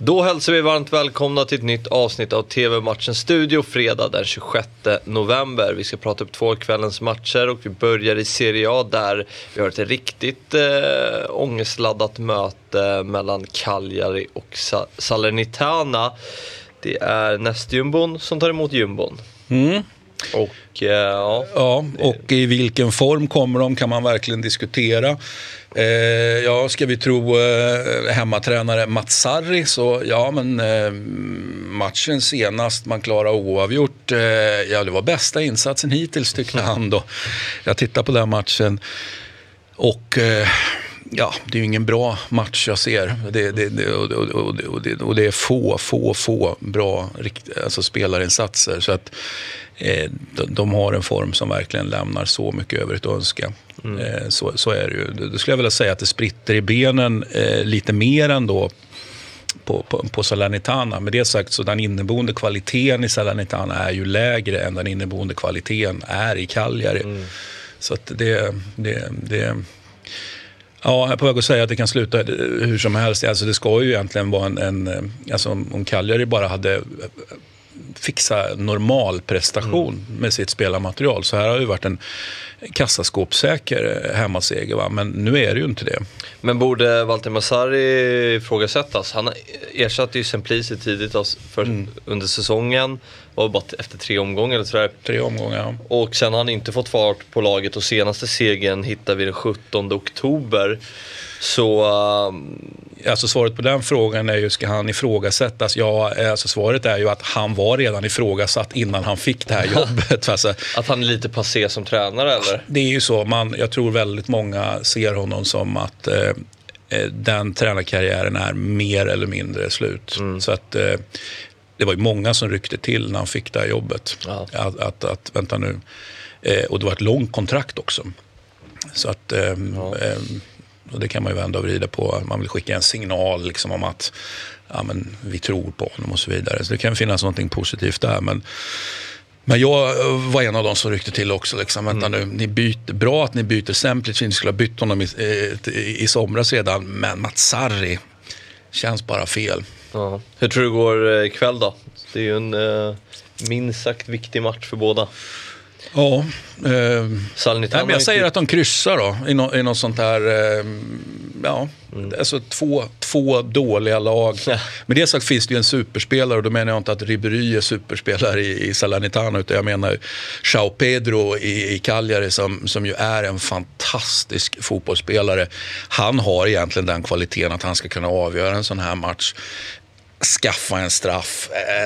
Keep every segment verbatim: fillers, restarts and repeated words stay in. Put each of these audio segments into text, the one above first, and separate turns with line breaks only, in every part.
Då hälsar vi varmt välkomna till ett nytt avsnitt av T V-matchen Studio fredag den tjugosjätte november. Vi ska prata upp två kvällens matcher och vi börjar i Serie A där vi har ett riktigt äh, ångestladdat möte mellan Cagliari och Sa- Salernitana. Det är nästjumbon som tar emot jumbon. Mm. Och, eh, ja.
ja, och i vilken form kommer de kan man verkligen diskutera. Eh, ja, ska vi tro eh, hemmatränare Mats Sarri så ja, men eh, matchen senast man klarade oavgjort, eh, ja det var bästa insatsen hittills tyckte han då. Jag tittar på den matchen och eh, ja, det är ju ingen bra match jag ser. Det, det, det, och, och, och, det, och det är få, få, få bra alltså spelarinsatser. Så att eh, de, de har en form som verkligen lämnar så mycket övrigt att önska. Mm. Eh, så, så är det ju. Då skulle jag vilja säga att det spritter i benen eh, lite mer ändå på, på, på Salernitana. Med det sagt så den inneboende kvaliteten i Salernitana är ju lägre än den inneboende kvaliteten är i Cagliari. Mm. Så att det... det, det Ja, jag är på väg att säga att det kan sluta hur som helst. Alltså det ska ju egentligen vara en... en alltså om Cagliari bara hade fixa normal prestation mm. med sitt spelarmaterial. Så här har ju varit en kassaskåpssäker hemmaseger, va? Men nu är det ju inte det.
Men borde Valdemar Sarri ifrågasättas? Han ersatte ju Semplici tidigt för, mm. under säsongen. Var bara efter tre omgångar eller sådär.
Tre omgångar, ja.
Och sen har han inte fått fart på laget och senaste segern hittar vi den sjuttonde oktober. Så... Um...
Alltså svaret på den frågan är ju, ska han ifrågasättas? Ja, alltså svaret är ju att han var redan ifrågasatt innan han fick det här jobbet. Alltså,
att han är lite passé som tränare, eller?
Det är ju så, man, jag tror väldigt många ser honom som att eh, den tränarkarriären är mer eller mindre slut. Mm. Så att eh, det var ju många som ryckte till när han fick det här jobbet. Ja. Att, att, att, vänta nu. Eh, och det var ett långt kontrakt också. Så att... Eh, ja. eh, Och det kan man ju vända och vrida på. Man vill skicka en signal liksom om att ja, men vi tror på honom och så vidare. Så det kan finnas någonting positivt där. Men, men jag var en av dem som ryckte till också. Liksom. Vänta mm. nu, ni byter, bra att ni byter Semplici. Ni skulle ha bytt honom i, i, i somras redan. Men Mats Sarri känns bara fel.
Ja. Hur tror du det går ikväll då? Det är ju en eh, minst sagt viktig match för båda.
Ja, eh, nej, men jag säger att de kryssar då i, no, i något sånt här eh, ja, mm. alltså två, två dåliga lag. Ja. Men det sagt finns det ju en superspelare och då menar jag inte att Ribéry är superspelare i, i Salernitana utan jag menar João Pedro i, i Cagliari som, som ju är en fantastisk fotbollsspelare. Han har egentligen den kvaliteten att han ska kunna avgöra en sån här match. Skaffa en straff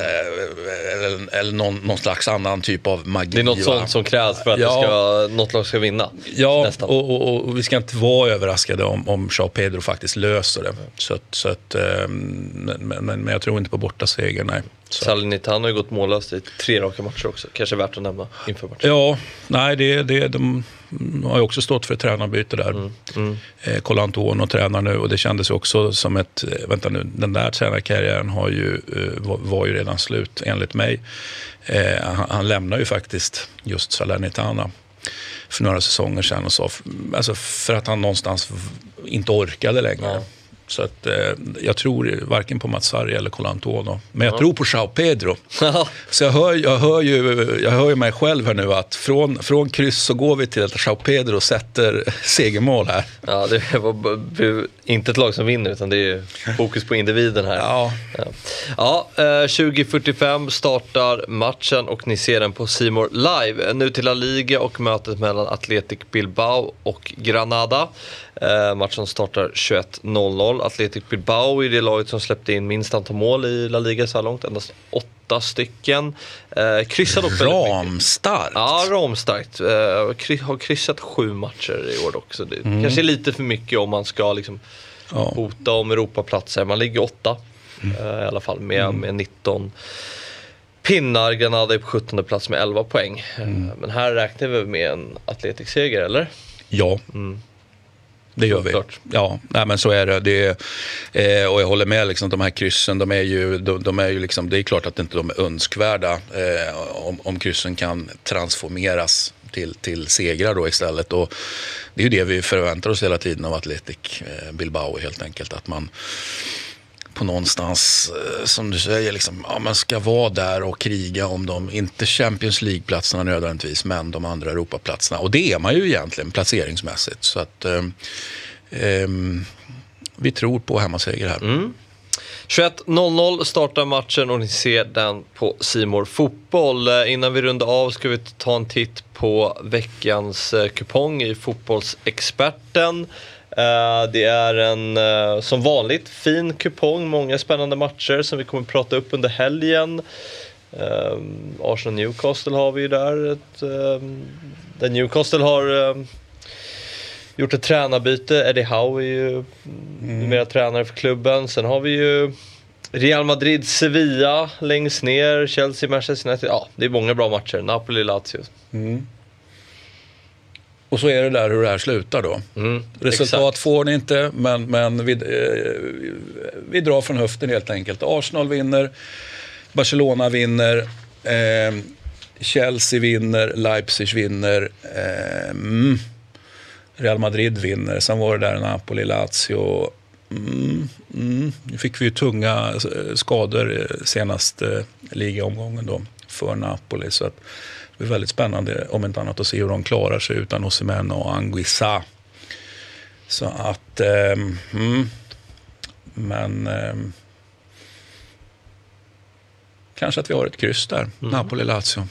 eh, eller, eller någon, någon slags annan typ av magi.
Det är något sånt som krävs för att ja. det ska, något lag ska vinna.
Ja, och, och, och vi ska inte vara överraskade om, om João Pedro faktiskt löser det. Så att, så att, eh, men, men, men jag tror inte på borta seger, nej.
Salernitana har ju gått mållöst i tre raka matcher också. Kanske värt att nämna inför matchen.
Ja, nej, det, det, de har ju också stått för ett tränarbyte där. Mm, mm. Eh, Colantuono tränar nu och det kändes också som ett, vänta nu, den där tränarkarriären har ju, var, var ju redan slut enligt mig. Eh, han, han lämnar ju faktiskt just Salernitana för några säsonger sedan och så, alltså för att han någonstans inte orkade längre. Ja. Så att, eh, jag tror varken på Mats Sarri eller Colantuono. Men jag ja. tror på João Pedro. Så jag hör, jag, hör ju, jag hör ju mig själv här nu att från, från kryss så går vi till att João Pedro sätter segermål här.
Ja, det var inte ett lag som vinner utan det är fokus på individen här.
Ja,
ja. ja eh, tjugo fyrtiofem startar matchen och ni ser den på C More Live. Nu till La Liga och mötet mellan Athletic Bilbao och Granada. Eh, matchen startar tjugoett noll noll. Athletic Bilbao är det laget som släppte in minst antal mål i La Liga så här långt. Endast åtta stycken. Eh, kryssade upp
ramstarkt.
Ja, ramstarkt. Eh, kry- har kryssat sju matcher i år också. Det mm. kanske är lite för mycket om man ska liksom ja. hota om Europaplatser. Man ligger åtta mm. eh, i alla fall med, mm. med nitton pinnar. Granada är på sjuttonde plats med elva poäng. Mm. Eh, men här räknar vi med en Athletic-seger, eller?
Ja. Mm. Det gör vi. Klart. Ja, nej, men så är det. det är, eh, och jag håller med liksom, de här kryssen, de är ju, de, de är ju liksom, det är klart att inte de är önskvärda eh, om, om kryssen kan transformeras till, till segrar då istället. Och det är ju det vi förväntar oss hela tiden av Athletic eh, Bilbao helt enkelt, att man på någonstans, som du säger, liksom, ja, man ska vara där och kriga om dem, inte Champions League-platserna nödvändigtvis, men de andra Europaplatserna. Och det är man ju egentligen placeringsmässigt. Så att eh, eh, vi tror på hemmaseger här.
Mm. tjugoett noll noll startar matchen och ni ser den på C More Fotboll. Innan vi rundar av ska vi ta en titt på veckans kupong i Fotbollsexperten. Det är en, som vanligt, fin kupong. Många spännande matcher som vi kommer att prata upp under helgen. Arsenal-Newcastle har vi ju där. Ett, där Newcastle har gjort ett tränarbyte. Eddie Howe är ju mm. mera tränare för klubben. Sen har vi ju Real Madrid, Sevilla längst ner. Chelsea, Manchester United. Ja, det är många bra matcher. Napoli, Lazio.
Mm. Och så är det där hur det här slutar då. Mm, Resultat exakt. Får ni inte, men, men vi, eh, vi drar från höften helt enkelt. Arsenal vinner, Barcelona vinner, eh, Chelsea vinner, Leipzig vinner, eh, mm, Real Madrid vinner. Sen var det där Napoli, Lazio. Mm, mm. Nu fick vi ju tunga skador senaste ligaomgången då för Napoli, så att det är väldigt spännande om inte annat att se hur de klarar sig utan Osimhen och Anguissa. Så att eh, mm, men eh, kanske att vi har ett kryss där. Mm. Napoli, Lazio.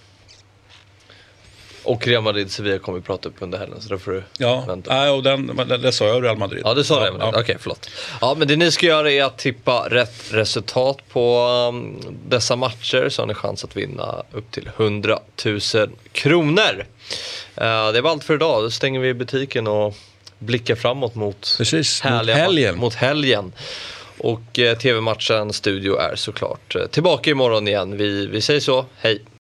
Och Real Madrid, Sevilla kommer vi prata upp under helgen, så då får du
ja,
vänta.
Ja, och den, det, det sa jag Real Madrid.
Ja, det sa
ja,
Real Madrid. Ja. Okej, okay, förlåt. Ja, men det ni ska göra är att tippa rätt resultat på um, dessa matcher, så har ni chans att vinna upp till hundratusen kronor. Uh, det var allt för idag. Då stänger vi butiken och blickar framåt mot,
Precis, mot helgen.
mot helgen. Och eh, T V-matchen Studio är såklart eh, tillbaka imorgon igen. Vi, vi säger så, hej!